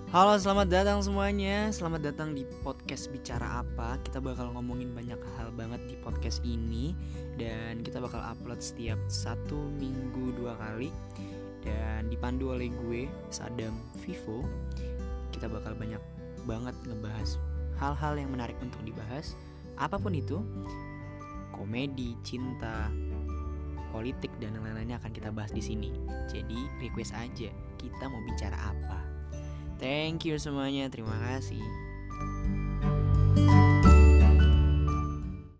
Halo, selamat datang semuanya. Selamat datang di podcast Bicara Apa. Kita bakal ngomongin banyak hal banget di podcast ini. Dan kita bakal upload setiap 1 minggu 2 kali. Dan dipandu oleh gue, Sadam Vivo. Kita bakal banyak banget ngebahas hal-hal yang menarik untuk dibahas. Apapun itu, komedi, cinta, politik, dan lain-lainnya akan kita bahas di sini. Jadi request aja, kita mau bicara apa. Thank you semuanya, terima kasih.